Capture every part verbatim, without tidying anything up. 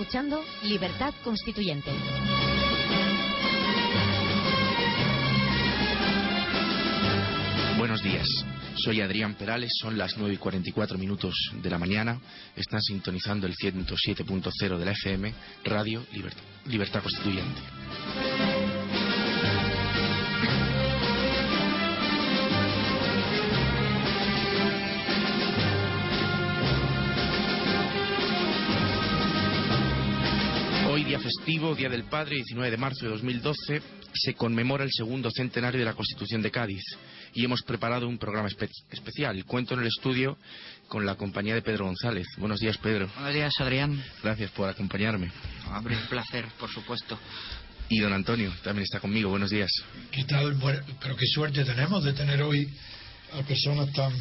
escuchando Libertad Constituyente. Buenos días, soy Adrián Perales, son las nueve y cuarenta y cuatro minutos de la mañana, están sintonizando el ciento siete punto cero de la F M, Radio Libertad, Libertad Constituyente. Hoy, día festivo, Día del Padre, diecinueve de marzo de dos mil doce, se conmemora el segundo centenario de la Constitución de Cádiz y hemos preparado un programa espe- especial. Cuento en el estudio con la compañía de Pedro González. Buenos días, Pedro. Buenos días, Adrián. Gracias por acompañarme. Hombre, un placer, por supuesto. Y don Antonio también está conmigo. Buenos días. ¿Qué tal? Bueno, pero qué suerte tenemos de tener hoy a personas tan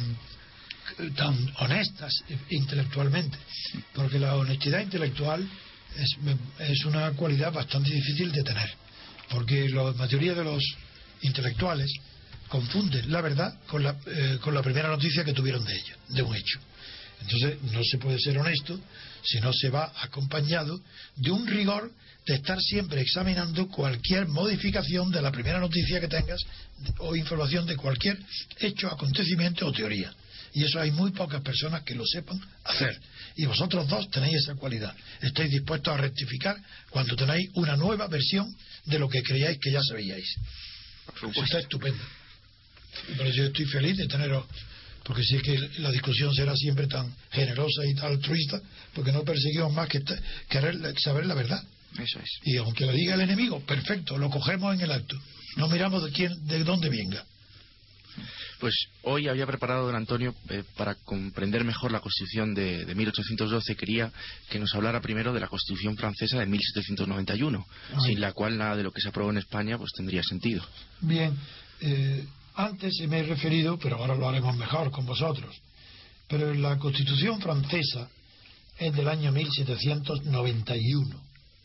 tan honestas intelectualmente, porque la honestidad intelectual es, es una cualidad bastante difícil de tener, porque la mayoría de los intelectuales confunden la verdad con la, eh, con la primera noticia que tuvieron de ello, de un hecho. Entonces no se puede ser honesto si no se va acompañado de un rigor de estar siempre examinando cualquier modificación de la primera noticia que tengas o información de cualquier hecho, acontecimiento o teoría. Y eso hay muy pocas personas que lo sepan hacer. Y vosotros dos tenéis esa cualidad. Estáis dispuestos a rectificar cuando tenéis una nueva versión de lo que creíais que ya sabíais. Eso está estupendo. Y por eso yo estoy feliz de teneros, porque sé que la discusión será siempre tan generosa y tan altruista, porque no perseguimos más que querer saber la verdad. Eso es. Y aunque lo diga el enemigo, perfecto, lo cogemos en el acto. No miramos de quién, de dónde venga. Pues hoy había preparado don Antonio eh, para comprender mejor la Constitución de, de mil ochocientos doce. Quería que nos hablara primero de la Constitución francesa de mil setecientos noventa y uno, Ay. sin la cual nada de lo que se aprobó en España pues tendría sentido. Bien, eh, antes me he referido, pero ahora lo haremos mejor con vosotros, pero la Constitución francesa es del año mil setecientos noventa y uno.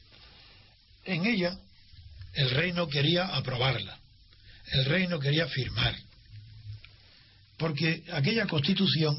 En ella el rey no quería aprobarla, el rey no quería firmar, porque aquella Constitución,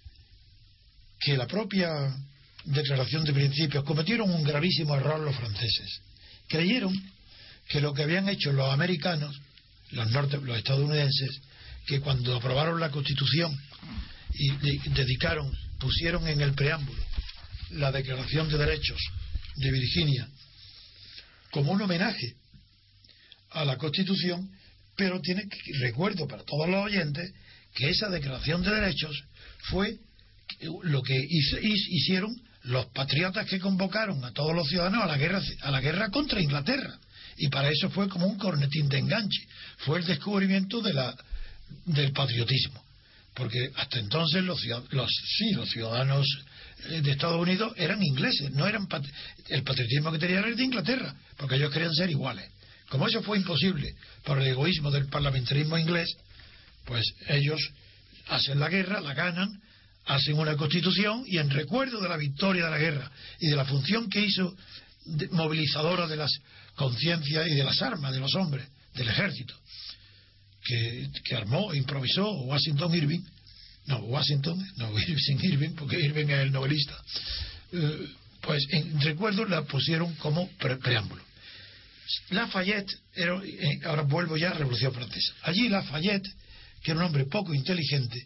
que la propia Declaración de Principios, cometieron un gravísimo error los franceses. Creyeron que lo que habían hecho los americanos, los norte, los estadounidenses, que cuando aprobaron la Constitución y dedicaron, pusieron en el preámbulo la Declaración de Derechos de Virginia como un homenaje a la Constitución, pero tiene que, recuerdo para todos los oyentes, que esa Declaración de Derechos fue lo que hicieron los patriotas que convocaron a todos los ciudadanos a la guerra a la guerra contra Inglaterra, y para eso fue como un cornetín de enganche, fue el descubrimiento de la del patriotismo, porque hasta entonces los los sí los ciudadanos de Estados Unidos eran ingleses, no eran pat el patriotismo que tenían era de Inglaterra, porque ellos querían ser iguales. Como eso fue imposible por el egoísmo del parlamentarismo inglés, pues ellos hacen la guerra, la ganan, hacen una constitución, y en recuerdo de la victoria de la guerra y de la función que hizo de, movilizadora de las conciencias y de las armas de los hombres, del ejército, que, que armó, improvisó Washington Irving, no, Washington, no, sin Irving, porque Irving es el novelista, eh, pues en recuerdo la pusieron como pre preámbulo. Lafayette, era, eh, ahora vuelvo ya a la Revolución Francesa. Allí Lafayette, que era un hombre poco inteligente,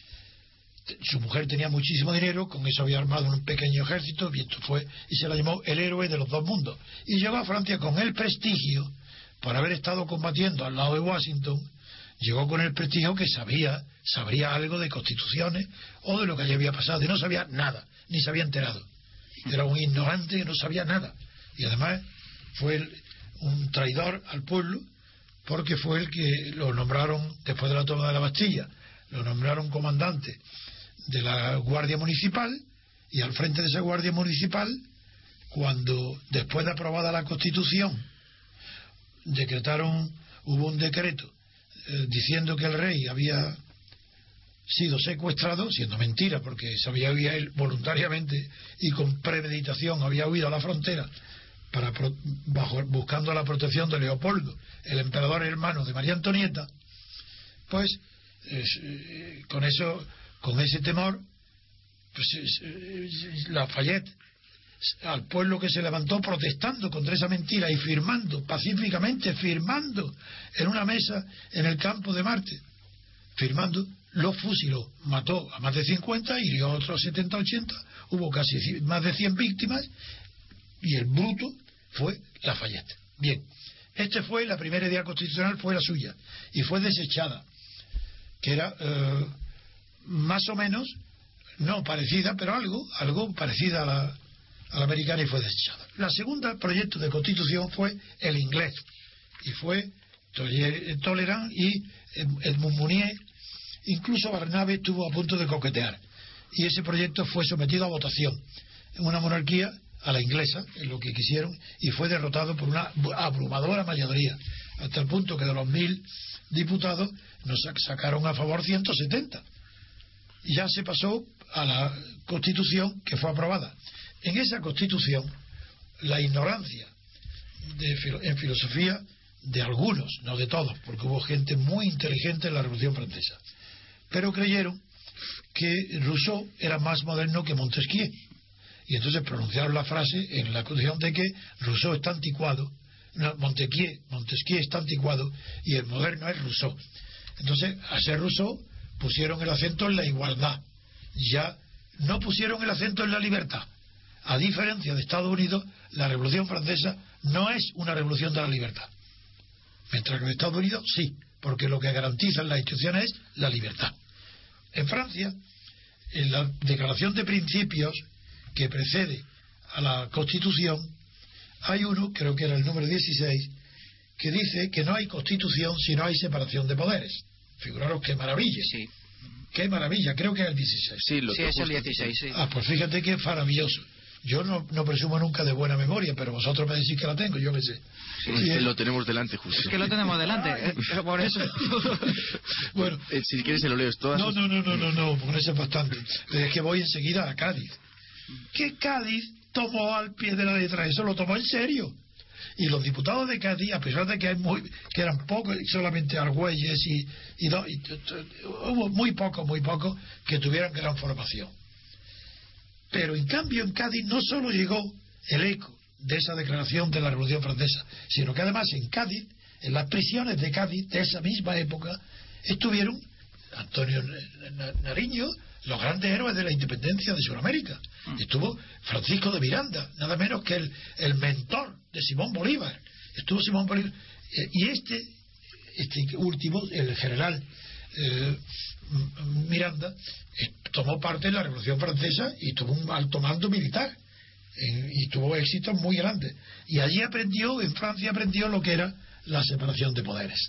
su mujer tenía muchísimo dinero, con eso había armado un pequeño ejército, y esto fue, y se la llamó el héroe de los dos mundos, y llegó a Francia con el prestigio, por haber estado combatiendo al lado de Washington, llegó con el prestigio que sabía, sabría algo de constituciones o de lo que allí había pasado, y no sabía nada, ni se había enterado, era un ignorante que no sabía nada, y además fue el, un traidor al pueblo, porque fue el que lo nombraron, después de la toma de la Bastilla, lo nombraron comandante de la Guardia Municipal, y al frente de esa Guardia Municipal, cuando después de aprobada la Constitución decretaron, hubo un decreto eh, diciendo que el rey había sido secuestrado, siendo mentira, porque se había huido él voluntariamente y con premeditación había huido a la frontera para bajo, buscando la protección de Leopoldo, el emperador hermano de María Antonieta, pues eh, con eso, con ese temor, pues eh, Lafayette al pueblo que se levantó protestando contra esa mentira y firmando pacíficamente, firmando en una mesa en el campo de Marte, firmando, lo fusiló, mató a más de cincuenta, hirió a otros setenta, ochenta, hubo casi más de cien víctimas, y el bruto fue Lafayette. Bien, esta fue la primera idea constitucional, fue la suya, y fue desechada, que era eh, más o menos, no parecida, pero algo, algo parecida a la, a la americana, y fue desechada. La segunda proyecto de constitución fue el inglés, y fue Talleyrand y Edmund Mounier. Incluso Barnave estuvo a punto de coquetear, y ese proyecto fue sometido a votación en una monarquía a la inglesa, en lo que quisieron, y fue derrotado por una abrumadora mayoría, hasta el punto que de los mil diputados nos sacaron a favor ciento setenta, y ya se pasó a la Constitución que fue aprobada. En esa Constitución, la ignorancia de, en filosofía de algunos, no de todos, porque hubo gente muy inteligente en la Revolución Francesa, pero creyeron que Rousseau era más moderno que Montesquieu, y entonces pronunciaron la frase en la Constitución de que Rousseau está anticuado, no, Montesquieu, Montesquieu está anticuado y el moderno es Rousseau. Entonces, a ser Rousseau, pusieron el acento en la igualdad, ya no pusieron el acento en la libertad. A diferencia de Estados Unidos, la Revolución Francesa no es una revolución de la libertad, mientras que en Estados Unidos sí, porque lo que garantizan las instituciones es la libertad. En Francia, en la Declaración de Principios que precede a la Constitución, hay uno, creo que era el número dieciséis, que dice que no hay Constitución si no hay separación de poderes. Figuraros qué maravilla. Sí. Qué maravilla, creo que es el dieciséis. Sí, lo sí es el dieciséis, sí. Ah, pues fíjate que es maravilloso. Yo no, no presumo nunca de buena memoria, pero vosotros me decís que la tengo, yo qué sé. Sí, sí, eh, lo tenemos delante, justo. Es que lo tenemos delante, eh, pero por eso. Bueno, eh, si quieres se lo leo todas. No, no, no, no, no, no, con eso es bastante. Pero es que voy enseguida a Cádiz. ¿Qué Cádiz tomó al pie de la letra? Eso lo tomó en serio. Y los diputados de Cádiz, a pesar de que hay muy, que eran pocos, solamente Argüelles y, y, do, y hubo muy pocos, muy pocos que tuvieran gran formación. Pero en cambio en Cádiz no solo llegó el eco de esa declaración de la Revolución Francesa, sino que además en Cádiz, en las prisiones de Cádiz de esa misma época, estuvieron Antonio Nariño, los grandes héroes de la independencia de Sudamérica. Estuvo Francisco de Miranda, nada menos que el, el mentor de Simón Bolívar. Estuvo Simón Bolívar. Eh, y este, este último, el general eh, Miranda, eh, tomó parte en la Revolución Francesa y tuvo un alto mando militar. En, y tuvo éxitos muy grandes. Y allí aprendió, en Francia aprendió lo que era la separación de poderes.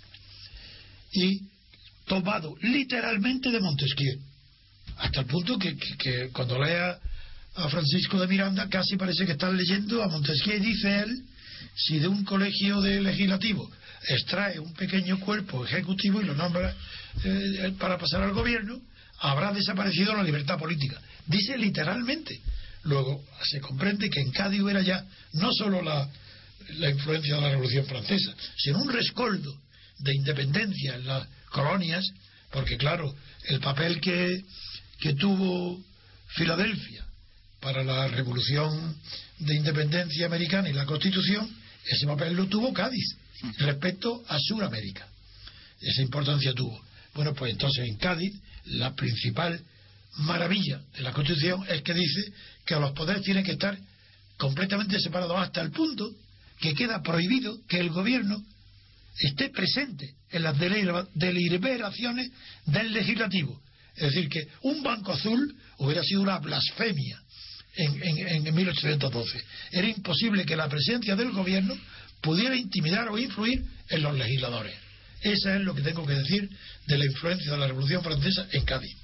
Y tomado literalmente de Montesquieu. Hasta el punto que, que, que cuando lea a Francisco de Miranda casi parece que están leyendo a Montesquieu. Y dice él, si de un colegio de legislativo extrae un pequeño cuerpo ejecutivo y lo nombra eh, para pasar al gobierno, habrá desaparecido la libertad política. Dice literalmente. Luego se comprende que en Cádiz hubiera ya no solo la, la influencia de la Revolución Francesa, sino un rescoldo de independencia en las colonias, porque claro, el papel que, que tuvo Filadelfia para la Revolución de Independencia Americana y la Constitución, ese papel lo tuvo Cádiz respecto a Sudamérica. Esa importancia tuvo. Bueno, pues entonces en Cádiz la principal maravilla de la Constitución es que dice que los poderes tienen que estar completamente separados, hasta el punto que queda prohibido que el gobierno esté presente en las deliberaciones del legislativo. Es decir, que un banco azul hubiera sido una blasfemia en, en, en mil ochocientos doce. Era imposible que la presencia del gobierno pudiera intimidar o influir en los legisladores. Eso es lo que tengo que decir de la influencia de la Revolución Francesa en Cádiz.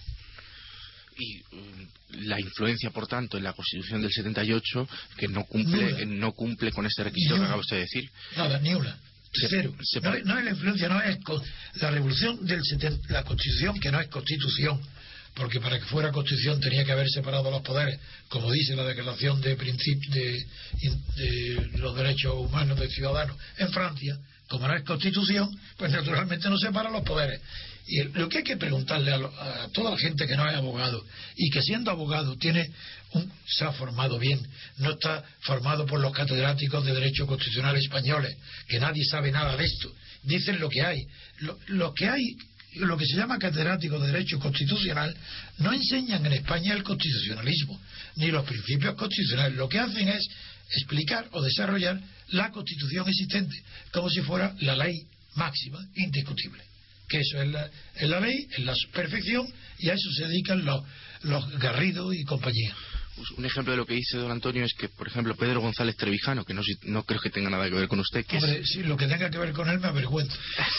Y um, la influencia, por tanto, en la Constitución del setenta y ocho, que no cumple eh, no cumple con este requisito que acaba usted de decir. Nada, ni una. Se, Cero. Se no, no es la influencia, no es la revolución del setenta, la Constitución, que no es Constitución, porque para que fuera Constitución tenía que haber separado los poderes, como dice la Declaración de Principios de, de los Derechos Humanos del Ciudadano en Francia. Como no es Constitución, pues naturalmente no separa los poderes. Y lo que hay que preguntarle a, lo, a toda la gente que no es abogado y que siendo abogado tiene un, se ha formado bien, no está formado por los catedráticos de Derecho Constitucional españoles, que nadie sabe nada de esto, dicen lo que hay. Lo, lo que hay, lo que se llama catedráticos de Derecho Constitucional, no enseñan en España el constitucionalismo, ni los principios constitucionales. Lo que hacen es explicar o desarrollar la Constitución existente, como si fuera la ley máxima, indiscutible. Que eso es la, es la ley, es la perfección, y a eso se dedican los, los Garrido y compañía. Un ejemplo de lo que dice don Antonio es que, por ejemplo, Pedro González Trevijano, que no, no creo que tenga nada que ver con usted, que Hombre, es... sí, lo que tenga que ver con él me avergüenza.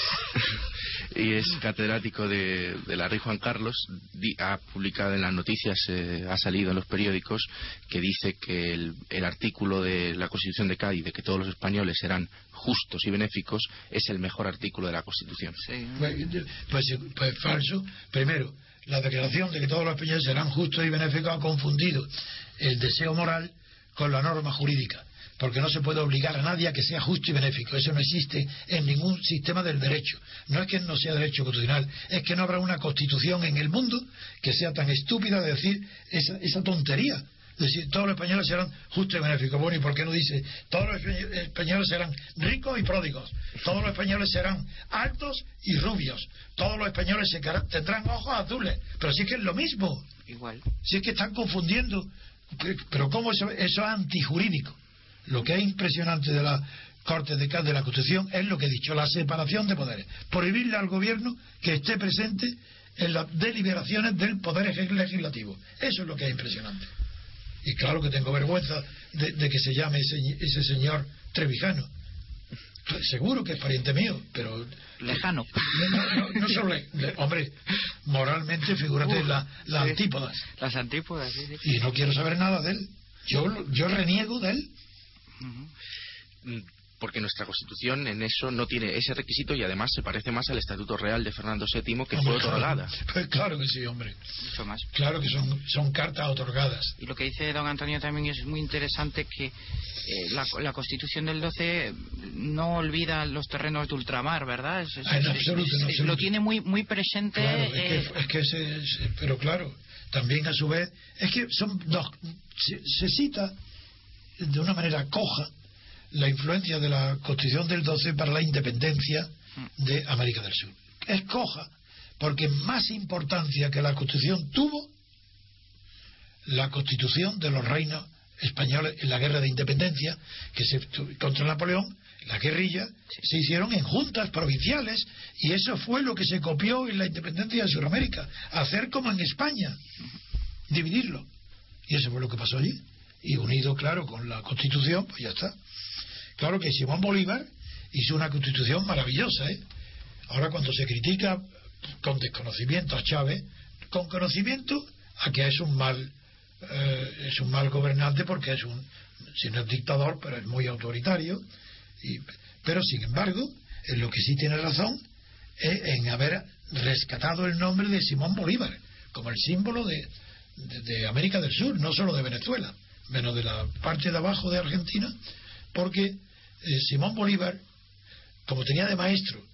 Y es catedrático de, de la Rey Juan Carlos, di, ha publicado en las noticias, eh, ha salido en los periódicos, que dice que el, el artículo de la Constitución de Cádiz, de que todos los españoles serán justos y benéficos, es el mejor artículo de la Constitución. Sí. Pues, pues, pues falso. Primero, la declaración de que todos los españoles serán justos y benéficos ha confundido el deseo moral con la norma jurídica, porque no se puede obligar a nadie a que sea justo y benéfico. Eso no existe en ningún sistema del derecho. No es que no sea derecho constitucional, es que no habrá una constitución en el mundo que sea tan estúpida de decir esa, esa tontería. Es decir, todos los españoles serán justos y benéficos. Bueno, ¿y por qué no dice todos los españoles serán ricos y pródigos? Todos los españoles serán altos y rubios. Todos los españoles se tendrán ojos azules. Pero sí que es lo mismo. Igual. Sí es que están confundiendo. Pero ¿cómo eso, eso es antijurídico? Lo que es impresionante de la Corte de Cádiz de la Constitución es lo que he dicho, la separación de poderes. Prohibirle al gobierno que esté presente en las deliberaciones del poder legislativo. Eso es lo que es impresionante. Y claro que tengo vergüenza de, de que se llame ese, ese señor Trevijano. Seguro que es pariente mío, pero... Lejano. No, no, no solo... Le, le, hombre, moralmente, figúrate, Uf, las la sí, antípodas. Las antípodas, sí, sí. Y no quiero saber nada de él. Yo, yo reniego de él. Uh-huh. Porque nuestra Constitución en eso no tiene ese requisito y además se parece más al Estatuto Real de Fernando séptimo, que hombre, fue otorgada. Claro, pues claro que sí, hombre. Mucho más. Claro que son, son cartas otorgadas. Y lo que dice don Antonio también es muy interesante, que eh, la, la Constitución del doce no olvida los terrenos de ultramar, ¿verdad? Es, es, ah, en es, absoluto, es, en absoluto. Lo tiene muy muy presente. Claro, eh, es que, es que se, se, pero claro, también a su vez, es que son dos, se, se cita de una manera coja la influencia de la Constitución del doce para la independencia de América del Sur. Es coja, porque más importancia que la Constitución tuvo la Constitución de los reinos españoles en la guerra de independencia, que se contra Napoleón, la guerrilla, se hicieron en juntas provinciales, y eso fue lo que se copió en la independencia de Sudamérica, hacer como en España, dividirlo. Y eso fue lo que pasó allí. Y unido, claro, con la Constitución, pues ya está. Claro que Simón Bolívar hizo una Constitución maravillosa, ¿eh? Ahora, cuando se critica con desconocimiento a Chávez, con conocimiento a que es un mal eh, es un mal gobernante, porque es un, si no es dictador, pero es muy autoritario, y, pero sin embargo, en lo que sí tiene razón es en haber rescatado el nombre de Simón Bolívar como el símbolo de, de, de América del Sur, no solo de Venezuela, menos de la parte de abajo de Argentina, porque eh, Simón Bolívar, como tenía de maestro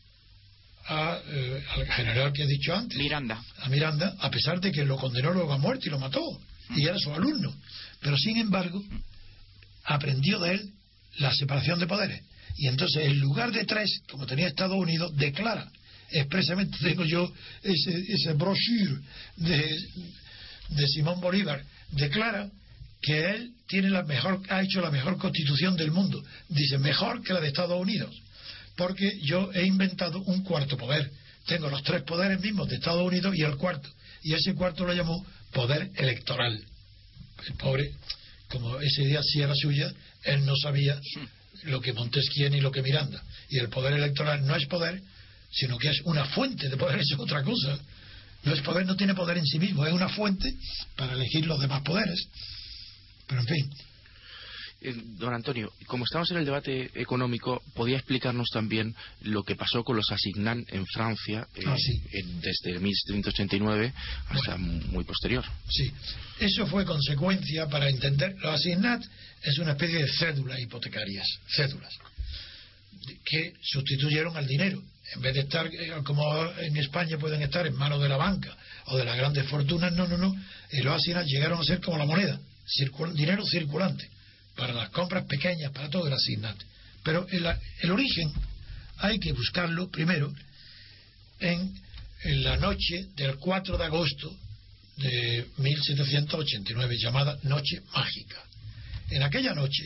a, eh, al general que he dicho antes, Miranda. a Miranda, a pesar de que lo condenó luego a muerte y lo mató, y era su alumno, pero sin embargo aprendió de él la separación de poderes, y entonces en lugar de tres, como tenía Estados Unidos, declara expresamente, tengo yo ese, ese brochure de, de Simón Bolívar, declara que él tiene la mejor, ha hecho la mejor constitución del mundo, dice mejor que la de Estados Unidos, porque yo he inventado un cuarto poder, tengo los tres poderes mismos de Estados Unidos y el cuarto, y ese cuarto lo llamó poder electoral. El pobre, como esa idea sí era suya, él no sabía lo que Montesquieu ni lo que Miranda, y el poder electoral no es poder, sino que es una fuente de poder, es otra cosa. No es poder, no tiene poder en sí mismo, es una fuente para elegir los demás poderes. Pero en fin. Eh, don Antonio, como estamos en el debate económico, ¿podía explicarnos también lo que pasó con los Assignats en Francia eh, ah, sí. en, desde mil setecientos ochenta y nueve hasta bueno, muy posterior? Sí, eso fue consecuencia, para entender, los Assignats es una especie de cédulas hipotecarias, cédulas. que sustituyeron al dinero. En vez de estar, como en España pueden estar en manos de la banca o de las grandes fortunas, no, no, no. Y los asignados llegaron a ser como la moneda, circul, dinero circulante, para las compras pequeñas, para todo el asignate. Pero el, el origen hay que buscarlo primero en, en la noche del cuatro de agosto de mil setecientos ochenta y nueve, llamada Noche Mágica. En aquella noche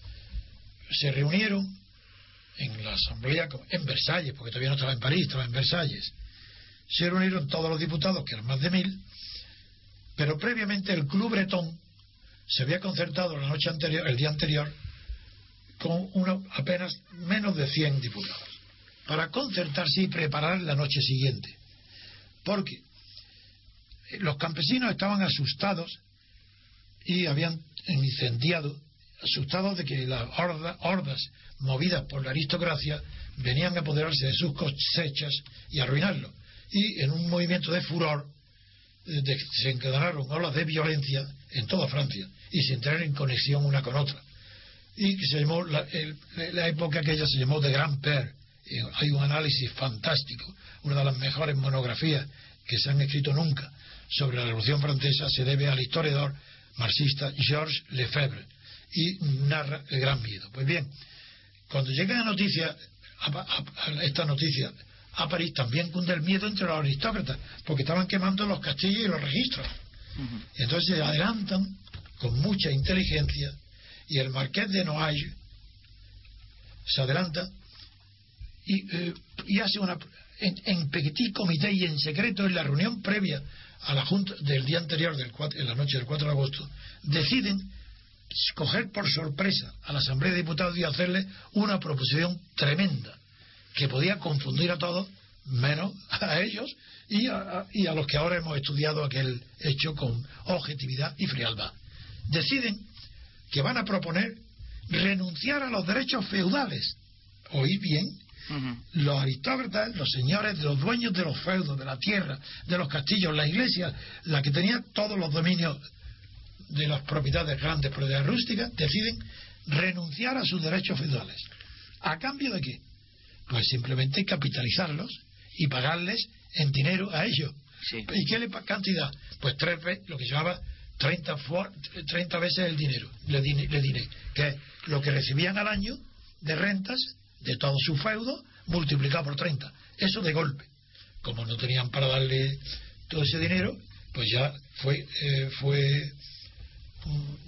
se reunieron en la asamblea en Versalles, porque todavía no estaba en París, estaba en Versalles. Se reunieron todos los diputados, que eran más de mil, pero previamente el Club Bretón se había concertado la noche anterior, el día anterior, con uno, apenas menos de cien diputados, para concertarse y preparar la noche siguiente. Porque los campesinos estaban asustados y habían incendiado, asustados de que las hordas, hordas movidas por la aristocracia venían a apoderarse de sus cosechas y arruinarlo. Y en un movimiento de furor desencadenaron olas de violencia en toda Francia y sin tener en conexión una con otra. Y que se llamó, la, el, la época aquella se llamó de Grand Père. Hay un análisis fantástico, una de las mejores monografías que se han escrito nunca sobre la Revolución Francesa, se debe al historiador marxista Georges Lefebvre, y narra el gran miedo. Pues bien, cuando llega la noticia, a, a, a esta noticia a París, también cunde el miedo entre los aristócratas, porque estaban quemando los castillos y los registros. Uh-huh. Entonces se adelantan con mucha inteligencia, y el marqués de Noailles se adelanta y, eh, y hace una en, en petit comité y en secreto, en la reunión previa a la junta del día anterior, del cuatro, en la noche del cuatro de agosto, deciden coger por sorpresa a la Asamblea de Diputados y hacerle una proposición tremenda que podía confundir a todos, menos a ellos y a, y a los que ahora hemos estudiado aquel hecho con objetividad y frialdad. Deciden que van a proponer renunciar a los derechos feudales. ¿Oís bien? Uh-huh. Los aristócratas, los señores, los dueños de los feudos, de la tierra, de los castillos, la iglesia, la que tenía todos los dominios de las propiedades grandes, propiedades rústicas, deciden renunciar a sus derechos feudales. ¿A cambio de qué? Pues simplemente capitalizarlos y pagarles en dinero a ellos. Sí. ¿Y qué le cantidad? Pues tres veces, lo que se llamaba treinta, treinta veces el dinero, le diré, le diré, que es lo que recibían al año de rentas de todo su feudo, multiplicado por treinta. Eso de golpe. Como no tenían para darle todo ese dinero, pues ya fue eh, fue un,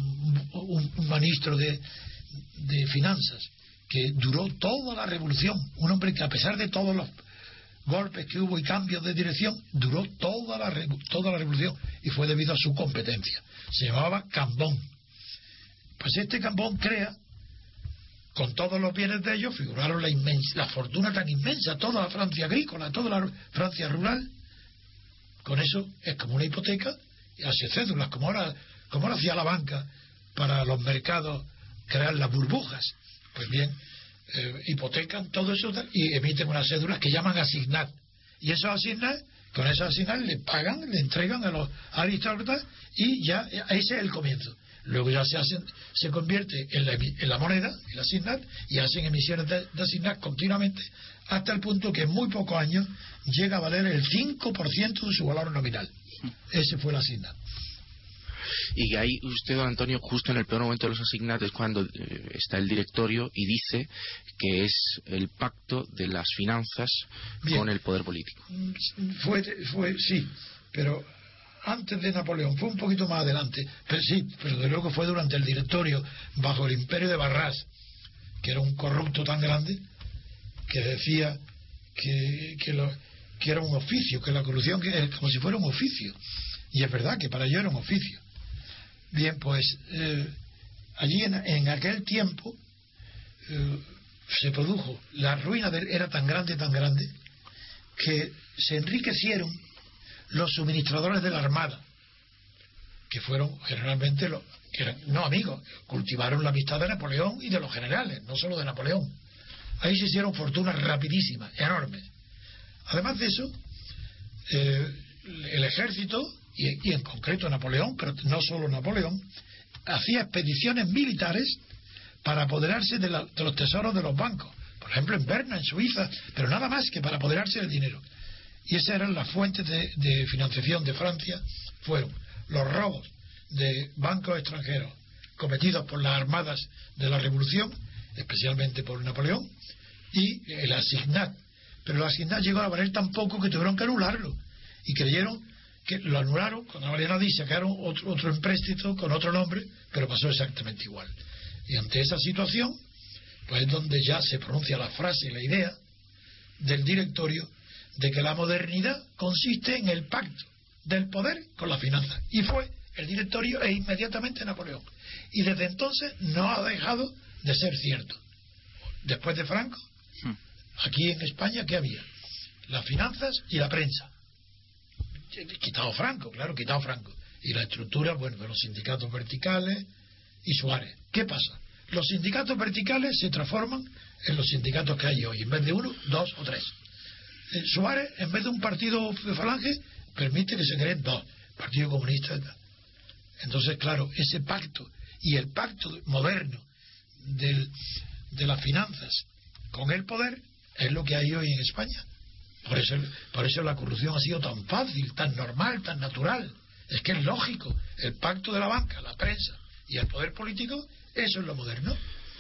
un, un ministro de, de finanzas que duró toda la revolución, un hombre que a pesar de todos los golpes que hubo y cambios de dirección, duró toda la, toda la revolución, y fue debido a su competencia. Se llamaba Cambón. Pues este Cambón crea, con todos los bienes de ellos, figuraron la inmensa, la fortuna tan inmensa, toda la Francia agrícola, toda la Francia rural. Con eso es como una hipoteca, y hace cédulas, como ahora, como ahora hacía la banca para los mercados, crear las burbujas. Pues bien, eh, hipotecan todo eso y emiten unas cédulas que llaman asignar. Y esos asignar, con esos asignar le pagan, le entregan a los aristócratas, y ya ese es el comienzo. Luego ya se hacen, se convierte en la, en la moneda, el asignar, y hacen emisiones de, de asignar continuamente, hasta el punto que en muy pocos años llega a valer el cinco por ciento de su valor nominal. Ese fue el asignar. Y ahí usted, don Antonio, justo en el peor momento de los asignates, cuando eh, está el directorio y dice que es el pacto de las finanzas Bien. Con el poder político. Fue, fue, sí, pero antes de Napoleón, fue un poquito más adelante, pero sí, pero de luego fue durante el directorio, bajo el imperio de Barras, que era un corrupto tan grande, que decía que, que, lo, que era un oficio, que la corrupción que es como si fuera un oficio. Y es verdad que para ello era un oficio. Bien, pues eh, allí en, en aquel tiempo eh, se produjo la ruina de, era tan grande, tan grande, que se enriquecieron los suministradores de la Armada, que fueron generalmente los que eran, no amigos, cultivaron la amistad de Napoleón y de los generales, no solo de Napoleón. Ahí se hicieron fortunas rapidísimas, enormes. Además de eso, eh, el ejército, y, y en concreto Napoleón, pero no solo Napoleón, hacía expediciones militares para apoderarse de, la, de los tesoros de los bancos, por ejemplo en Berna, en Suiza, pero nada más que para apoderarse del dinero. Y esas eran las fuentes de, de financiación de Francia, fueron los robos de bancos extranjeros cometidos por las armadas de la Revolución, especialmente por Napoleón, y el Assignat. Pero el Assignat llegó a valer tan poco que tuvieron que anularlo, y creyeron que lo anularon, cuando no valía nada, y sacaron otro, otro empréstito con otro nombre, pero pasó exactamente igual. Y ante esa situación, pues es donde ya se pronuncia la frase, la idea del directorio, de que la modernidad consiste en el pacto del poder con la finanza. Y fue el directorio e inmediatamente Napoleón. Y desde entonces no ha dejado de ser cierto. Después de Franco, aquí en España, ¿qué había? Las finanzas y la prensa. Quitado Franco, claro, quitado Franco. Y la estructura, bueno, de los sindicatos verticales y Suárez. ¿Qué pasa? Los sindicatos verticales se transforman en los sindicatos que hay hoy. En vez de uno, dos o tres. Eh, Suárez, en vez de un partido de falange, permite que se creen dos. Partido Comunista. Entonces, claro, ese pacto y el pacto moderno del, de las finanzas con el poder es lo que hay hoy en España. Por eso, por eso la corrupción ha sido tan fácil, tan normal, tan natural. Es que es lógico. El pacto de la banca, la prensa y el poder político, eso es lo moderno.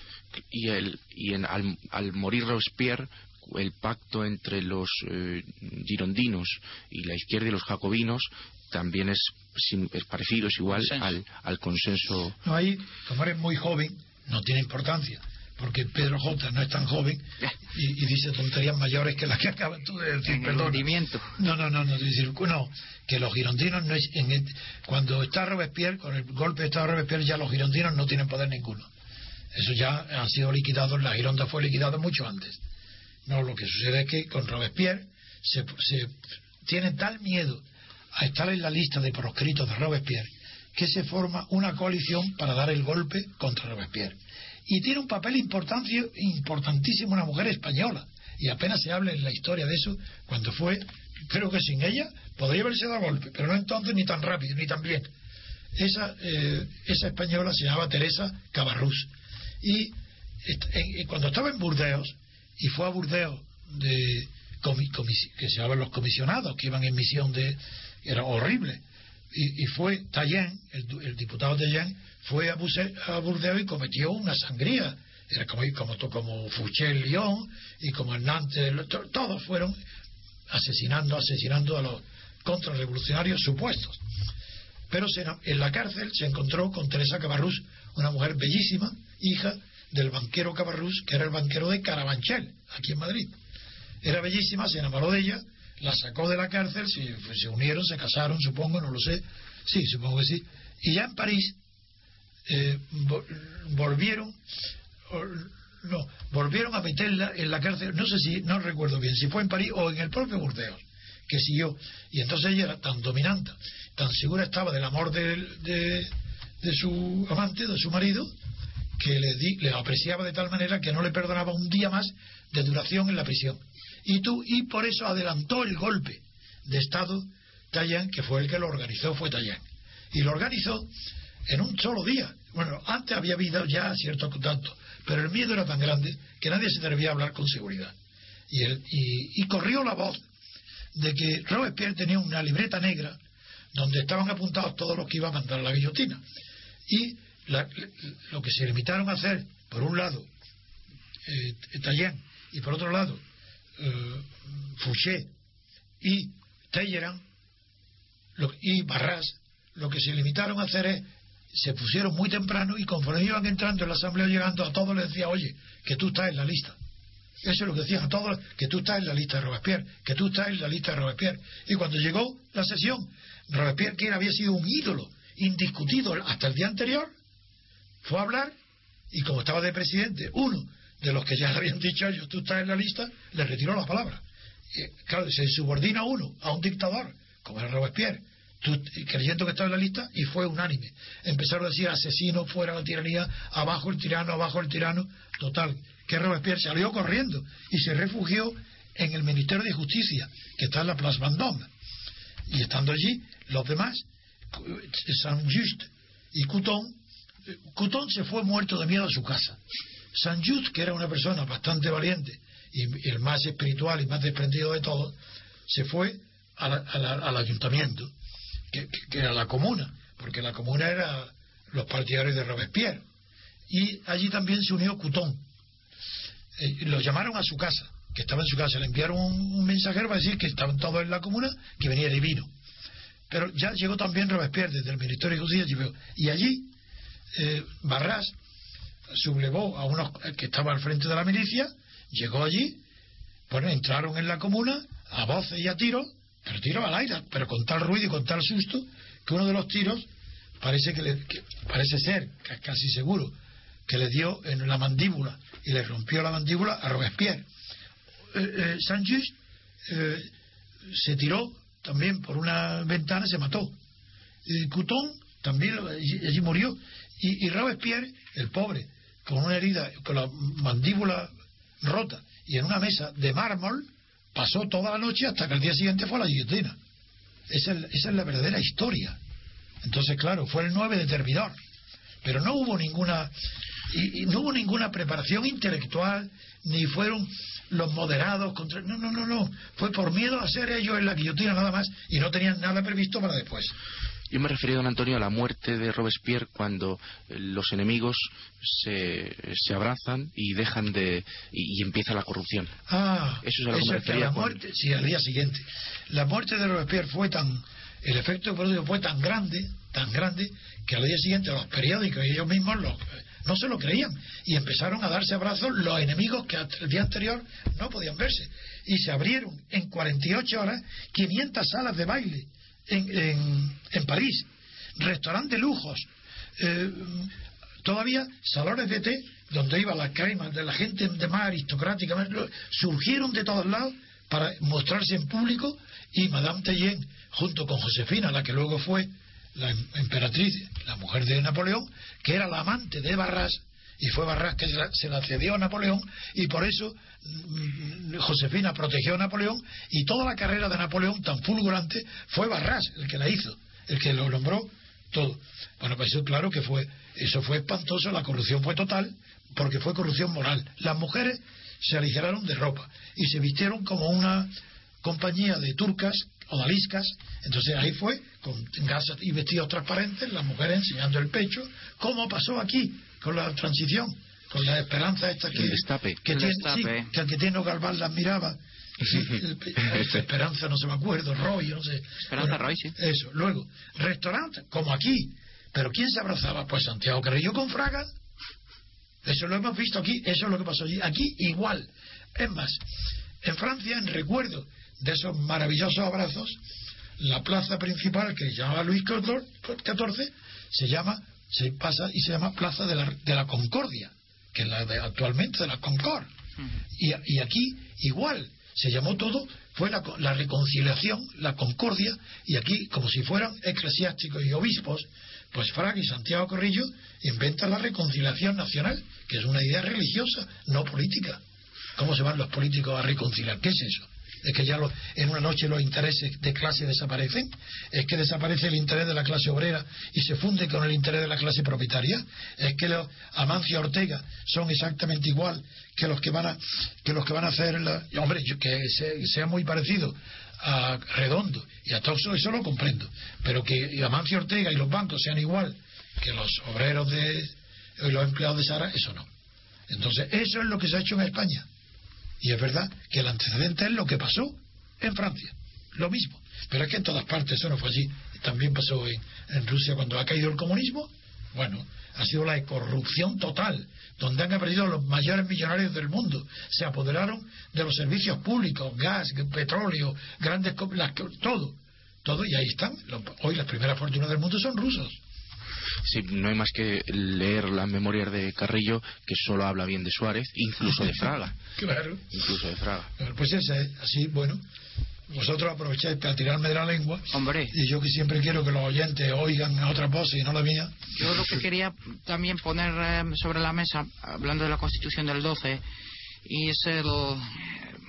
Y, el, y en, al, al morir Robespierre, el pacto entre los eh, girondinos y la izquierda y los jacobinos también es, es parecido, es igual al, al consenso. No, ahí, como eres muy joven, no tiene importancia, porque Pedro J. no es tan joven y, y dice tonterías mayores que las que acabas tú de decir. Perdón. No, no, no, no, decir, no, que los girondinos no es, en el, cuando está Robespierre, con el golpe de estado de Robespierre, ya los girondinos no tienen poder ninguno. Eso ya han sido liquidados, la Gironda fue liquidada mucho antes. No, lo que sucede es que con Robespierre se, se tiene tal miedo a estar en la lista de proscritos de Robespierre que se forma una coalición para dar el golpe contra Robespierre. Y tiene un papel importantísimo una mujer española, y apenas se habla en la historia de eso, cuando fue, creo que sin ella podría haberse dado golpe, pero no entonces ni tan rápido ni tan bien. Esa, eh, esa española se llamaba Teresa Cabarrús, y eh, cuando estaba en Burdeos, y fue a Burdeos de comi, comis, que se llaman los comisionados que iban en misión de, era horrible, y, y fue Taillán, el, el diputado Taillán fue a, Buse, a Burdeos y cometió una sangría, era como como, como Fouché en Lyon y como en Nantes, to, todos fueron asesinando asesinando a los contrarrevolucionarios supuestos. Pero se, en la cárcel se encontró con Teresa Cabarrús, una mujer bellísima, hija del banquero Cabarrús, que era el banquero de Carabanchel, aquí en Madrid. Era bellísima, se enamoró de ella, la sacó de la cárcel, se, se unieron, se casaron, supongo, no lo sé. Sí, supongo que sí. Y ya en París eh, volvieron, no, volvieron a meterla en la cárcel, no sé si, no recuerdo bien, si fue en París o en el propio Burdeos, que siguió. Y entonces ella era tan dominante, tan segura estaba del amor de, de, de su amante, de su marido, que le, di, le apreciaba de tal manera que no le perdonaba un día más de duración en la prisión. Y tú y por eso adelantó el golpe de Estado Taillán, que fue el que lo organizó, fue Taillán. Y lo organizó en un solo día. Bueno, antes había habido ya ciertos contactos, pero el miedo era tan grande que nadie se atrevía a hablar con seguridad. Y, el, y, y corrió la voz de que Robespierre tenía una libreta negra donde estaban apuntados todos los que iban a mandar a la guillotina. Y la, lo que se limitaron a hacer, por un lado, eh, Taillán, y por otro lado, eh, Fouché y Talleyrand lo, y Barras, lo que se limitaron a hacer es, se pusieron muy temprano y conforme iban entrando en la asamblea, llegando, a todos les decía, oye, que tú estás en la lista. Eso es lo que decían a todos, que tú estás en la lista de Robespierre, que tú estás en la lista de Robespierre. Y cuando llegó la sesión, Robespierre, que había sido un ídolo indiscutido hasta el día anterior, fue a hablar, y como estaba de presidente, uno de los que ya le habían dicho a ellos, tú estás en la lista, le retiró la palabra. Y, claro, se subordina uno a un dictador, como era Robespierre, tú, creyendo que estaba en la lista, y fue unánime. Empezaron a decir, asesino, fuera la tiranía, abajo el tirano, abajo el tirano. Total, que Robespierre salió corriendo y se refugió en el Ministerio de Justicia, que está en la Place Vendôme. Y estando allí, los demás, Saint-Just y Couthon, Couthon se fue muerto de miedo a su casa. Saint-Just, que era una persona bastante valiente y, y el más espiritual y más desprendido de todos, se fue a la, a la, al ayuntamiento, que, que, que era la comuna, porque la comuna era los partidarios de Robespierre. Y allí también se unió Couthon. Eh, lo llamaron a su casa, que estaba en su casa, le enviaron un, un mensajero para decir que estaban todos en la comuna, que venía divino. Pero ya llegó también Robespierre desde el Ministerio de Justicia, y allí eh, Barras sublevó a unos que estaban al frente de la milicia, llegó allí, bueno, entraron en la comuna a voces y a tiros, pero tiros al aire, pero con tal ruido y con tal susto que uno de los tiros parece que, le, que parece ser, casi seguro, que le dio en la mandíbula y le rompió la mandíbula a Robespierre. Eh, eh, Saint-Just eh, se tiró también por una ventana y se mató. Eh, Couthon también allí, allí murió. Y, y Robespierre, el pobre, con una herida, con la mandíbula rota y en una mesa de mármol, pasó toda la noche hasta que al día siguiente fue a la guillotina. Esa es, esa es la verdadera historia. Entonces, claro, fue el nueve de Thermidor, pero no hubo ninguna y, y no hubo ninguna preparación intelectual, ni fueron los moderados contra... no, no, no, no, fue por miedo a ser ellos en la guillotina nada más, y no tenían nada previsto para después. Yo me refería, don Antonio, a la muerte de Robespierre cuando los enemigos se, se abrazan y dejan de y, y empieza la corrupción. Ah, eso es a lo que me refería. La cuando... muerte, sí, al día siguiente. La muerte de Robespierre fue tan, el efecto que produjo fue tan grande, tan grande, que al día siguiente los periódicos y ellos mismos los, no se lo creían y empezaron a darse abrazos los enemigos que el día anterior no podían verse. Y se abrieron en cuarenta y ocho horas quinientas salas de baile en, en, en París, restaurantes de lujos, eh, todavía salones de té donde iba la crema de la gente de más aristocrática, surgieron de todos lados para mostrarse en público, y Madame Tallien, junto con Josefina, la que luego fue la emperatriz, la mujer de Napoleón, que era la amante de Barras, y fue Barras que se la cedió a Napoleón, y por eso Josefina protegió a Napoleón, y toda la carrera de Napoleón tan fulgurante fue Barras el que la hizo, el que lo nombró todo. Bueno, pues eso claro que fue, eso fue espantoso, la corrupción fue total, porque fue corrupción moral. Las mujeres se aligeraron de ropa y se vistieron como una compañía de turcas odaliscas. Entonces ahí fue, con gasas y vestidos transparentes, las mujeres enseñando el pecho, como pasó aquí con la transición, con la esperanza esta que, el destape. que, el tiene, destape. Sí, que al que tiene Galván las miraba. Sí, el, el, Esperanza, no se me acuerdo, Roy, no sé. Esperanza bueno, Roy, sí. Eso. Luego, restaurantes, como aquí. ¿Pero quién se abrazaba? Pues Santiago Carrillo con Fraga. Eso lo hemos visto aquí, eso es lo que pasó allí. Aquí igual. Es más, en Francia, en recuerdo de esos maravillosos abrazos, la plaza principal que se llamaba Luis catorce se llama, se pasa y se llama Plaza de la, de la Concordia, que es la de actualmente de la Concord. Uh-huh. y, y aquí igual se llamó todo, fue la, la reconciliación, la concordia, y aquí como si fueran eclesiásticos y obispos, pues Fraga y Santiago Carrillo inventan la reconciliación nacional, que es una idea religiosa, no política. ¿Cómo se van los políticos a reconciliar? ¿Qué es eso? ¿Es que ya lo, en una noche los intereses de clase desaparecen? ¿Es que desaparece el interés de la clase obrera y se funde con el interés de la clase propietaria? ¿Es que los Amancio Ortega son exactamente igual que los que van a que los que van a hacer la, hombre, que se, sea muy parecido a Redondo y a todo eso, eso lo comprendo, pero que Amancio Ortega y los bancos sean igual que los obreros de y los empleados de Sara, eso no. Entonces eso es lo que se ha hecho en España. Y es verdad que el antecedente es lo que pasó en Francia, lo mismo. Pero es que en todas partes eso no fue así. También pasó en, en Rusia cuando ha caído el comunismo. Bueno, ha sido la corrupción total, donde han aparecido los mayores millonarios del mundo. Se apoderaron de los servicios públicos, gas, petróleo, grandes... Las, todo, todo, y ahí están. Hoy las primeras fortunas del mundo son rusos. Sí, no hay más que leer las memorias de Carrillo, que solo habla bien de Suárez, incluso de Fraga. Claro. Incluso de Fraga. Pues esa es así, bueno. Vosotros aprovecháis para tirarme de la lengua. Hombre. Y yo que siempre quiero que los oyentes oigan otras voces y no la mía. Yo lo que quería también poner eh, sobre la mesa, hablando de la Constitución del doce, y es el...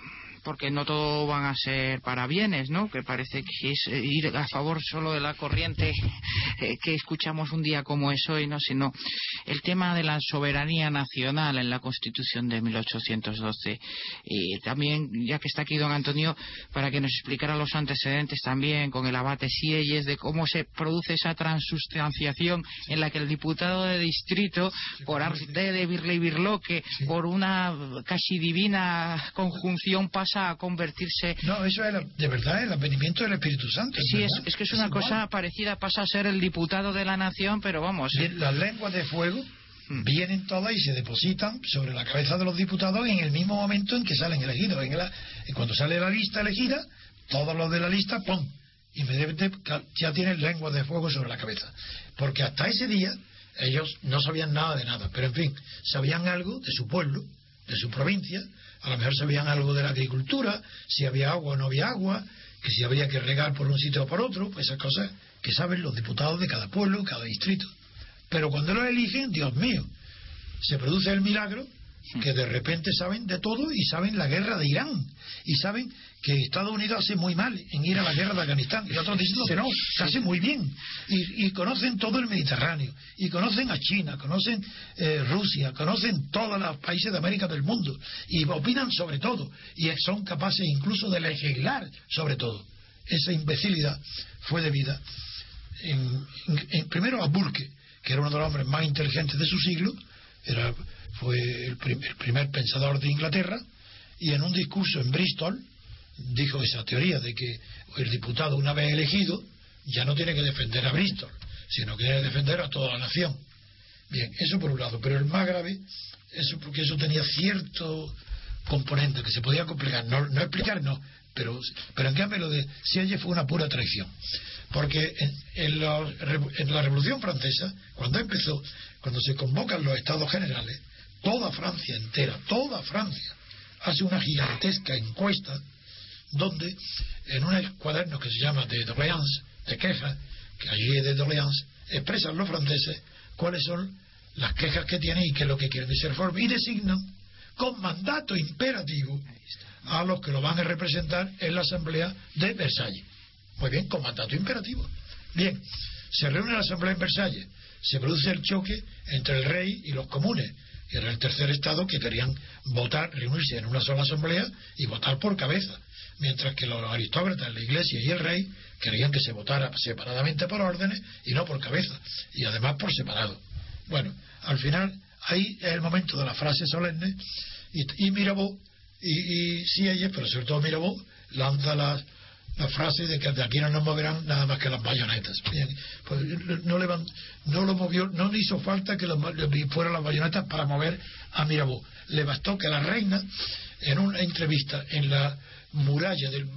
porque no todo van a ser para bienes, ¿no? Que parece que es ir a favor solo de la corriente eh, que escuchamos un día como es hoy, ¿no? Sino el tema de la soberanía nacional en la Constitución de mil ochocientos doce. Y también, ya que está aquí don Antonio, para que nos explicara los antecedentes también con el abate Sieyes, de cómo se produce esa transustanciación sí. en la que el diputado de distrito, sí, por arte de Birle y Birloque, sí. por una casi divina conjunción, pasa a convertirse... No, eso es de verdad el advenimiento del Espíritu Santo. Sí, es, es que es, es una igual. cosa parecida, pasa a ser el diputado de la nación, pero vamos... Bien, las lenguas de fuego hmm. vienen todas y se depositan sobre la cabeza de los diputados en el mismo momento en que salen elegidos. En la, cuando sale la lista elegida, todos los de la lista, ¡pum!, inmediatamente ya tienen lenguas de fuego sobre la cabeza. Porque hasta ese día ellos no sabían nada de nada, pero en fin, sabían algo de su pueblo, de su provincia, a lo mejor sabían algo de la agricultura, si había agua o no había agua, que si había que regar por un sitio o por otro, pues esas cosas que saben los diputados de cada pueblo, cada distrito. Pero cuando los eligen, Dios mío, se produce el milagro que de repente saben de todo y saben la guerra de Irán y saben que Estados Unidos hace muy mal en ir a la guerra de Afganistán y otros diciendo que no, que hace muy bien y, y conocen todo el Mediterráneo y conocen a China, conocen eh, Rusia, conocen todos los países de América del mundo y opinan sobre todo y son capaces incluso de legislar sobre todo. Esa imbecilidad fue debida en, en, en, primero a Burke, que era uno de los hombres más inteligentes de su siglo, era fue el, prim, el primer pensador de Inglaterra, y en un discurso en Bristol dijo esa teoría de que el diputado, una vez elegido, ya no tiene que defender a Bristol, sino que tiene que defender a toda la nación. Bien, eso por un lado, pero el más grave, eso porque eso tenía cierto componente que se podía complicar, no, no explicar, no, pero, pero en cambio lo de Sieyes fue una pura traición, porque en, en, la, en la Revolución Francesa, cuando empezó, cuando se convocan los Estados Generales, toda Francia entera, toda Francia, hace una gigantesca encuesta donde en un cuaderno que se llama de doléances, de quejas, que allí es de doléances, expresan los franceses cuáles son las quejas que tienen y qué es lo que quieren que se reforme, y designan con mandato imperativo a los que lo van a representar en la Asamblea de Versalles. Muy bien, con mandato imperativo. Bien, se reúne la Asamblea en Versalles, se produce el choque entre el rey y los comunes, que era el tercer estado, que querían votar, reunirse en una sola asamblea y votar por cabeza, mientras que los aristócratas, la iglesia y el rey querían que se votara separadamente por órdenes y no por cabeza, y además por separado. Bueno, al final ahí es el momento de la frase solemne, y, y Mirabeau y, y Sieyes, pero sobre todo Mirabeau, lanza la, la frase de que de aquí no nos moverán nada más que las bayonetas. Bien, pues no, le van, no lo movió, no le hizo falta que los, fueran las bayonetas para mover a Mirabeau. Le bastó que la reina, en una entrevista en la muralla del,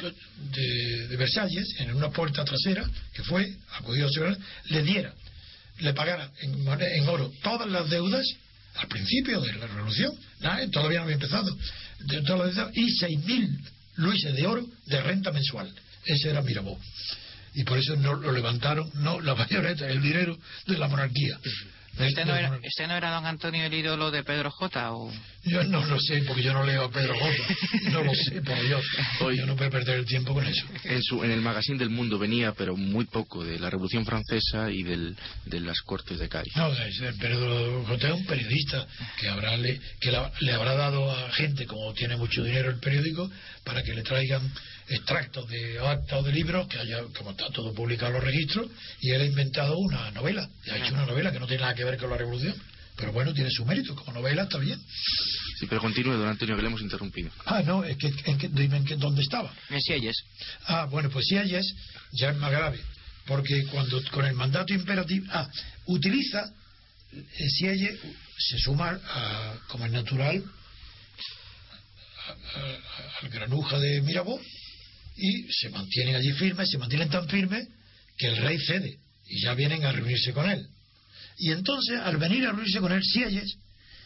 de, de Versalles, en una puerta trasera, que fue acudido a su, le diera, le pagara en, en oro todas las deudas al principio de la revolución, nada, todavía no había empezado, de todas las deudas, y seis mil luises de oro de renta mensual. Ese era Mirabeau. Y por eso no lo levantaron, no la bayoneta, el dinero de la monarquía. ¿Este no, era, ¿Este no era don Antonio el ídolo de Pedro J? ¿O? Yo no lo sé, porque yo no leo a Pedro J. No lo sé, por Dios. Hoy yo no puedo perder el tiempo con eso. En, su, en el magazine del Mundo venía, pero muy poco, de la Revolución Francesa y del, de las Cortes de Cádiz. No, Pedro J es un periodista que, habrá le, que la, le habrá dado a gente, como tiene mucho dinero el periódico, para que le traigan extractos de actas o de libros, que haya, como está todo publicado en los registros, y él ha inventado una novela, y ha hecho una novela que no tiene nada que ver con la revolución, pero bueno, tiene su mérito, como novela está bien. Sí, pero continúe, don Antonio, que le hemos interrumpido. Ah, no, es que, en que dime en que, dónde estaba. En Sieyes. Ah, bueno, pues Sieyes ya es más grave, porque cuando con el mandato imperativo, ah, utiliza, eh, Sieyes se suma a, como es natural, a, a, al granuja de Mirabeau, y se mantienen allí firmes, se mantienen tan firmes que el rey cede y ya vienen a reunirse con él. Y entonces, al venir a reunirse con él, Sieyes,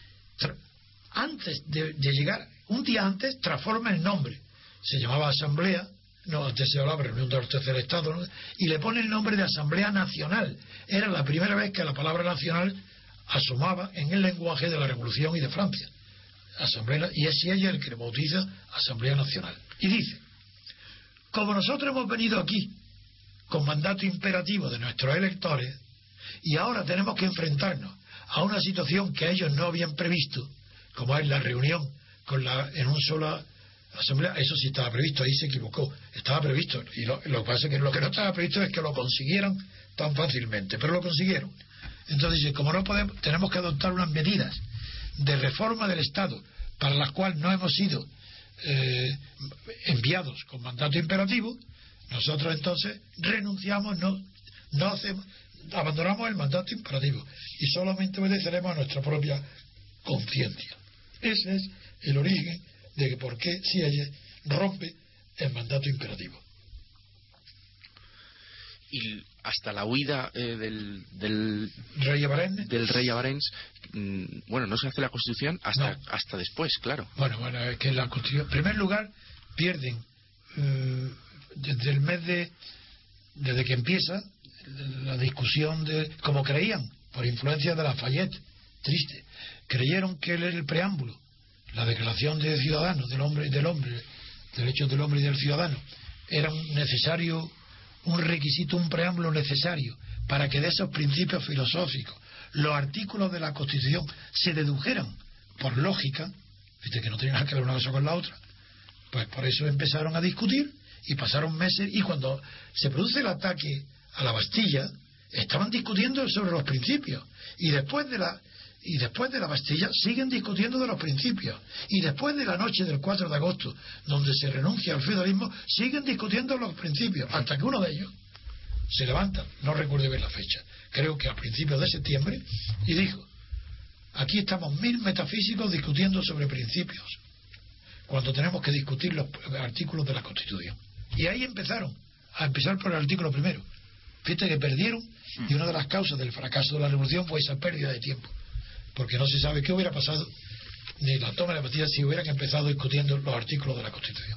antes de, de llegar, un día antes, transforma el nombre. Se llamaba Asamblea, no, antes se hablaba reunión del tercer estado, ¿no? Y le pone el nombre de Asamblea Nacional. Era la primera vez que la palabra nacional asomaba en el lenguaje de la Revolución y de Francia. Asamblea, y es ella el que bautiza Asamblea Nacional. Y dice: como nosotros hemos venido aquí con mandato imperativo de nuestros electores y ahora tenemos que enfrentarnos a una situación que ellos no habían previsto, como es la reunión con la en una sola asamblea, eso sí estaba previsto, ahí se equivocó, estaba previsto, y lo, lo que pasa es que lo que no estaba previsto es que lo consiguieran tan fácilmente, pero lo consiguieron. Entonces dice: como no podemos, tenemos que adoptar unas medidas de reforma del Estado para las cuales no hemos sido eh, enviados con mandato imperativo, nosotros entonces renunciamos, no, no hacemos, abandonamos el mandato imperativo y solamente obedeceremos a nuestra propia conciencia. Ese es el origen de que por qué Sieyès rompe el mandato imperativo. Y hasta la huida eh, del, del rey Abarén, del rey Abarén, mmm, bueno, no se hace la Constitución hasta no. hasta después, claro. Bueno, bueno, es que la Constitución, en primer lugar, pierden eh, desde el mes de desde que empieza la discusión de, como creían, por influencia de Lafayette, triste, creyeron que él era el preámbulo, la declaración de ciudadanos del hombre y del hombre, derechos del hombre y del ciudadano, era un necesario, un requisito, un preámbulo necesario para que de esos principios filosóficos los artículos de la Constitución se dedujeran por lógica, viste que no tiene nada que ver una cosa con la otra. Pues por eso empezaron a discutir y pasaron meses, y cuando se produce el ataque a la Bastilla estaban discutiendo sobre los principios, y después de la y después de la Bastilla siguen discutiendo de los principios, y después de la noche del cuatro de agosto donde se renuncia al feudalismo siguen discutiendo los principios, hasta que uno de ellos se levanta, no recuerdo bien la fecha, creo que a principios de septiembre, y dijo: aquí estamos mil metafísicos discutiendo sobre principios cuando tenemos que discutir los artículos de la Constitución. Y ahí empezaron a empezar por el artículo primero. Fíjate que perdieron, y una de las causas del fracaso de la revolución fue esa pérdida de tiempo, porque no se sabe qué hubiera pasado ni la toma de la Bastilla si hubieran empezado discutiendo los artículos de la Constitución.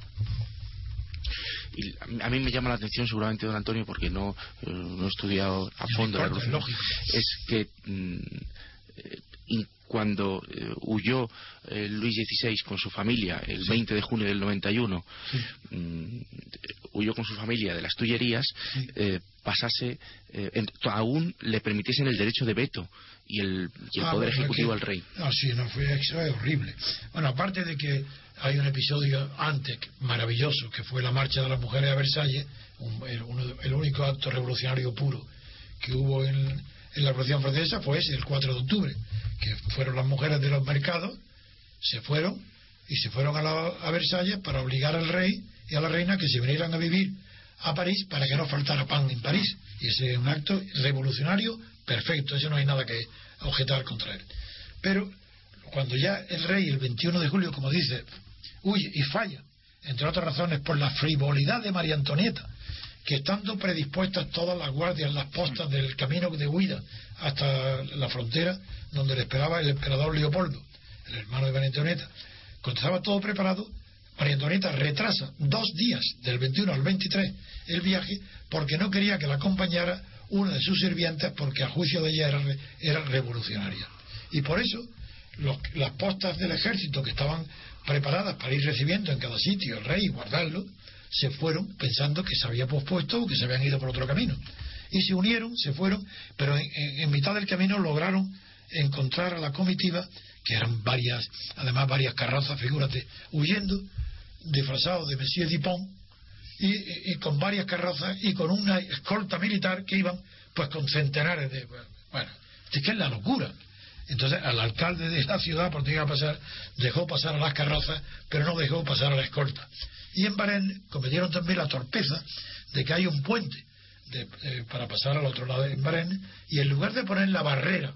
Y a mí me llama la atención, seguramente, don Antonio, porque no, eh, no he estudiado a fondo la revolución, es que mm, eh, y cuando eh, huyó eh, Luis dieciséis con su familia el sí. veinte de junio del noventa y uno, sí. mmm, huyó con su familia de las Tullerías, sí. eh, pasase, eh, en, aún le permitiesen el derecho de veto y el, y el ah, poder bueno, ejecutivo que, al rey. No, sí, no fue, eso es horrible. Bueno, aparte de que hay un episodio antes maravilloso, que fue la marcha de las mujeres a Versalles, un, el, uno, el único acto revolucionario puro que hubo en, en la Revolución Francesa fue ese, el cuatro de octubre, que fueron las mujeres de los mercados, se fueron y se fueron a, la, a Versalles para obligar al rey y a la reina que se vinieran a vivir a París para que no faltara pan en París. Y ese es un acto revolucionario perfecto, eso no hay nada que objetar contra él. Pero cuando ya el rey el veintiuno de julio, como dice, huye y falla, entre otras razones por la frivolidad de María Antonieta, que estando predispuestas todas las guardias, las postas del camino de huida hasta la frontera donde le esperaba el emperador Leopoldo, el hermano de María Antonieta, cuando estaba todo preparado, María Antonieta retrasa dos días, del veintiuno al veintitrés, el viaje, porque no quería que la acompañara una de sus sirvientes, porque a juicio de ella era, era revolucionaria. Y por eso los, las postas del ejército que estaban preparadas para ir recibiendo en cada sitio el rey y guardarlo, se fueron pensando que se había pospuesto o que se habían ido por otro camino. Y se unieron, se fueron, pero en, en, en mitad del camino lograron encontrar a la comitiva, que eran varias, además varias carrozas, figúrate, huyendo, disfrazados de Monsieur Dupont, y, y, y con varias carrozas y con una escolta militar que iban pues con centenares de... Bueno, es que es la locura. Entonces al alcalde de la ciudad, por donde iba a pasar, dejó pasar a las carrozas, pero no dejó pasar a la escolta. Y en Varennes cometieron también la torpeza de que hay un puente de, eh, para pasar al otro lado en Varennes, y en lugar de poner la barrera,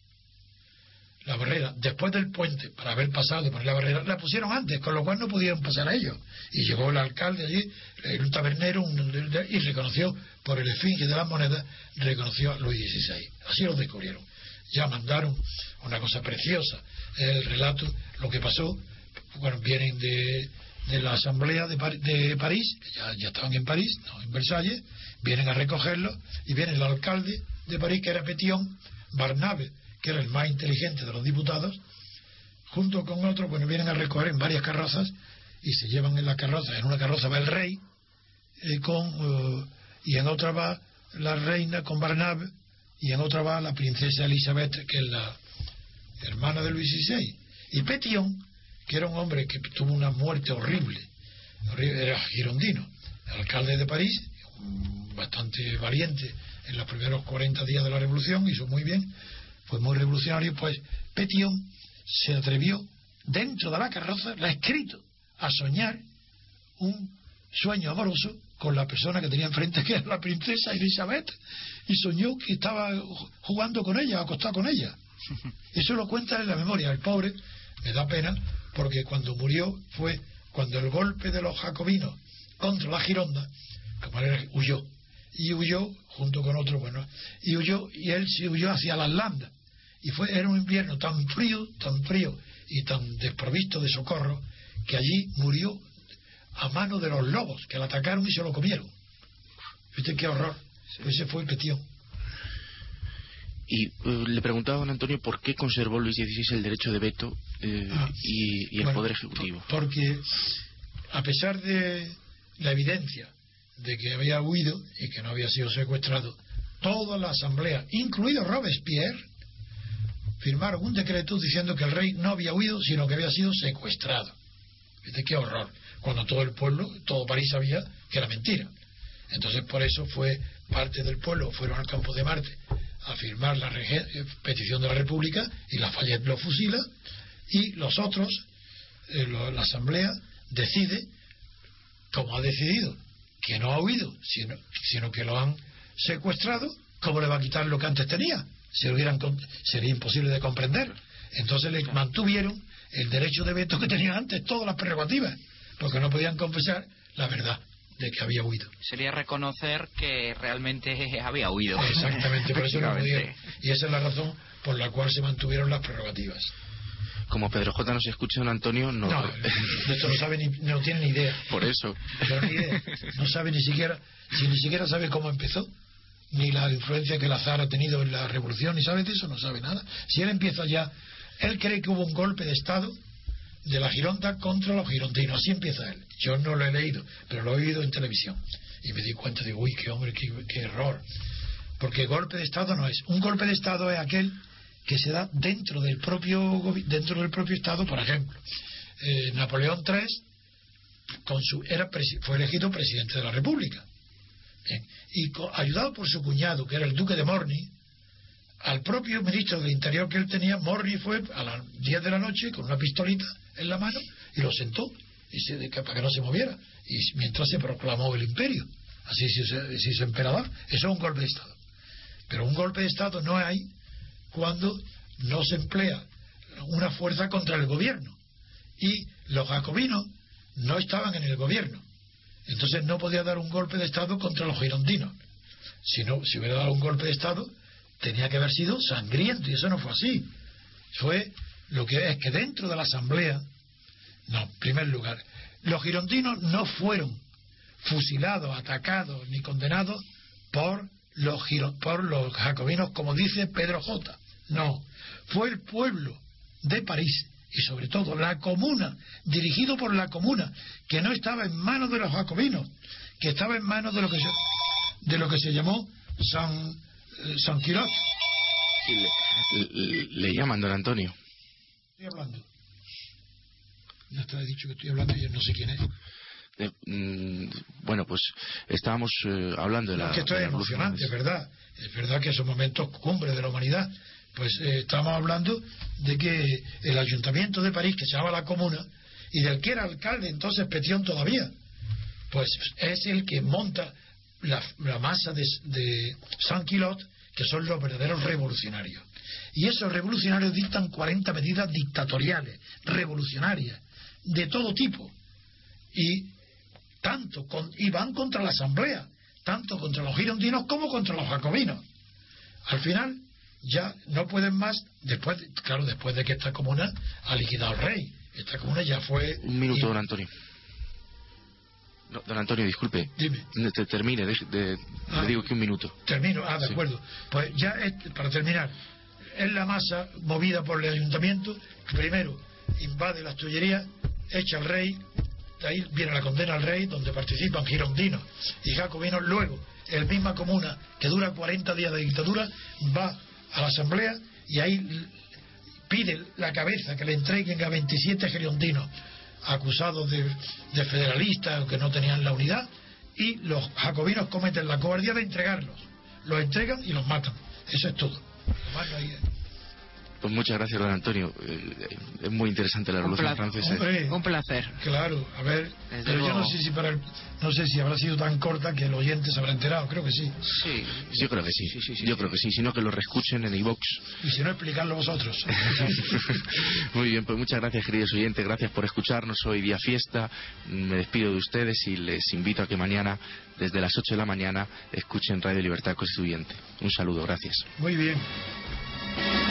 la barrera después del puente para haber pasado de poner la barrera, la pusieron antes, con lo cual no pudieron pasar a ellos. Y llegó el alcalde allí, un tabernero, un, y reconoció por el esfinge de las monedas, reconoció a Luis dieciséis. Así lo descubrieron. Ya mandaron una cosa preciosa, el relato, lo que pasó. Bueno, vienen de, de la asamblea de, Par de París, que ya, ya estaban en París, no en Versalles, vienen a recogerlo, y viene el alcalde de París, que era Pétion, Barnave, que era el más inteligente de los diputados, junto con otros, bueno, vienen a recoger en varias carrozas y se llevan en la carroza. En una carroza va el rey eh, con uh, y en otra va la reina con Barnave, y en otra va la princesa Elizabeth, que es la hermana de Luis dieciséis. Y Pétion, que era un hombre que tuvo una muerte horrible, horrible era girondino, alcalde de París, bastante valiente en los primeros cuarenta días de la revolución, hizo muy bien, fue muy revolucionario. Pues Pétion se atrevió, dentro de la carroza, la ha escrito, a soñar un sueño amoroso con la persona que tenía enfrente, que era la princesa Elizabeth, y soñó que estaba jugando con ella, acostado con ella. Eso lo cuenta en la memoria. El pobre, me da pena, porque cuando murió fue cuando el golpe de los jacobinos contra la Gironda, como él huyó, y huyó junto con otro, bueno, y huyó, y él se huyó hacia las landas, y fue, era un invierno tan frío, tan frío y tan desprovisto de socorro, que allí murió a mano de los lobos, que le atacaron y se lo comieron. ¿Viste qué horror? Sí. Pues ese fue Pétion. Y uh, le preguntaba a don Antonio por qué conservó Luis dieciséis el derecho de veto eh, ah, y, y el bueno, poder ejecutivo. Porque a pesar de la evidencia de que había huido y que no había sido secuestrado, toda la asamblea, incluido Robespierre, firmaron un decreto diciendo que el rey no había huido, sino que había sido secuestrado. ¿Viste qué horror? Cuando todo el pueblo, todo París sabía que era mentira. Entonces por eso fue parte del pueblo, fueron al campo de Marte a firmar la petición de la República, y Lafayette lo fusila, y los otros, eh, lo, la asamblea decide, como ha decidido, que no ha huido, sino, sino que lo han secuestrado. ¿Cómo le va a quitar lo que antes tenía? Si lo hubieran, sería imposible de comprender. Entonces le mantuvieron el derecho de veto que tenían antes, todas las prerrogativas, porque no podían confesar la verdad de que había huido. Sería reconocer que realmente había huido. Exactamente, por eso no pudieron. Y esa es la razón por la cual se mantuvieron las prerrogativas. Como Pedro J no se escucha, don Antonio, no... No, esto no sabe ni, no tiene ni idea. Por eso. Pero ni idea. No sabe ni siquiera, si ni siquiera sabe cómo empezó, ni la influencia que el azar ha tenido en la revolución, ni sabe de eso, no sabe nada. Si él empieza ya, él cree que hubo un golpe de Estado de la Gironda contra los girondinos, así empieza él. Yo no lo he leído, pero lo he oído en televisión. Y me di cuenta, digo, uy, qué hombre, qué, qué error. Porque golpe de Estado no es. Un golpe de Estado es aquel que se da dentro del propio dentro del propio Estado. Por ejemplo, eh, Napoleón tercero con su, era, fue elegido presidente de la República. Bien. Y co, ayudado por su cuñado, que era el duque de Morny, al propio ministro del Interior que él tenía, Morny fue a las diez de la noche con una pistolita en la mano y lo sentó y se, de, para que no se moviera, y mientras se proclamó el imperio. Así se, se hizo emperador. Eso es un golpe de Estado. Pero un golpe de Estado no hay cuando no se emplea una fuerza contra el gobierno, y los jacobinos no estaban en el gobierno, entonces no podía dar un golpe de Estado contra los girondinos. Si no, si hubiera dado un golpe de Estado, tenía que haber sido sangriento, y eso no fue así. Fue lo que es que dentro de la asamblea, no, en primer lugar, los girondinos no fueron fusilados, atacados ni condenados por los giro, por los jacobinos, como dice Pedro J. No, fue el pueblo de París, y sobre todo la comuna, dirigido por la comuna, que no estaba en manos de los jacobinos, que estaba en manos de lo que se, de lo que se llamó San, eh, San Quirot. Le, le, le llaman, don Antonio. Estoy hablando. Ya está dicho que estoy hablando y yo no sé quién es. Eh, mm, bueno, pues estábamos eh, hablando de la... Es que esto es emocionante, es verdad. Es verdad que esos momentos cumbre de la humanidad. Pues eh, estamos hablando de que el ayuntamiento de París, que se llama la Comuna, y del que era alcalde entonces Pétion todavía, pues es el que monta la, la masa de, de Saint-Quilot, que son los verdaderos revolucionarios. Y esos revolucionarios dictan cuarenta medidas dictatoriales, revolucionarias, de todo tipo. Y tanto con, y van contra la asamblea, tanto contra los girondinos como contra los jacobinos. Al final ya no pueden más, después, claro, después de que esta comuna ha liquidado al rey. Esta comuna ya fue... Un minuto, y... don Antonio. No, don Antonio, disculpe. Dime. Te, termine, de, de, ah, le digo que un minuto. Termino, ah, de sí. acuerdo. Pues ya, es, para terminar, es la masa movida por el ayuntamiento, primero, invade las Tullerías, echa al rey, de ahí viene la condena al rey, donde participan girondinos y jacobinos. Luego, el misma comuna, que dura cuarenta días de dictadura, va a la asamblea y ahí pide la cabeza, que le entreguen a veintisiete girondinos acusados de, de federalistas o que no tenían la unidad, y los jacobinos cometen la cobardía de entregarlos. Los entregan y los matan. Eso es todo. Además, no hay... Pues muchas gracias, don Antonio. Eh, es muy interesante la Revolución Francesa. Hombre, un placer. Claro, a ver, Desde pero luego. yo no sé si para el, no sé si habrá sido tan corta que el oyente se habrá enterado. Creo que sí. Sí. Yo creo que sí. Sí, sí, sí, yo sí. creo que sí, sino que lo reescuchen en iVox. Y si no, explicarlo vosotros. Muy bien, pues muchas gracias, queridos oyentes. Gracias por escucharnos. Hoy día fiesta. Me despido de ustedes y les invito a que mañana, desde las ocho de la mañana, escuchen Radio Libertad Constituyente. Un saludo, gracias. Muy bien.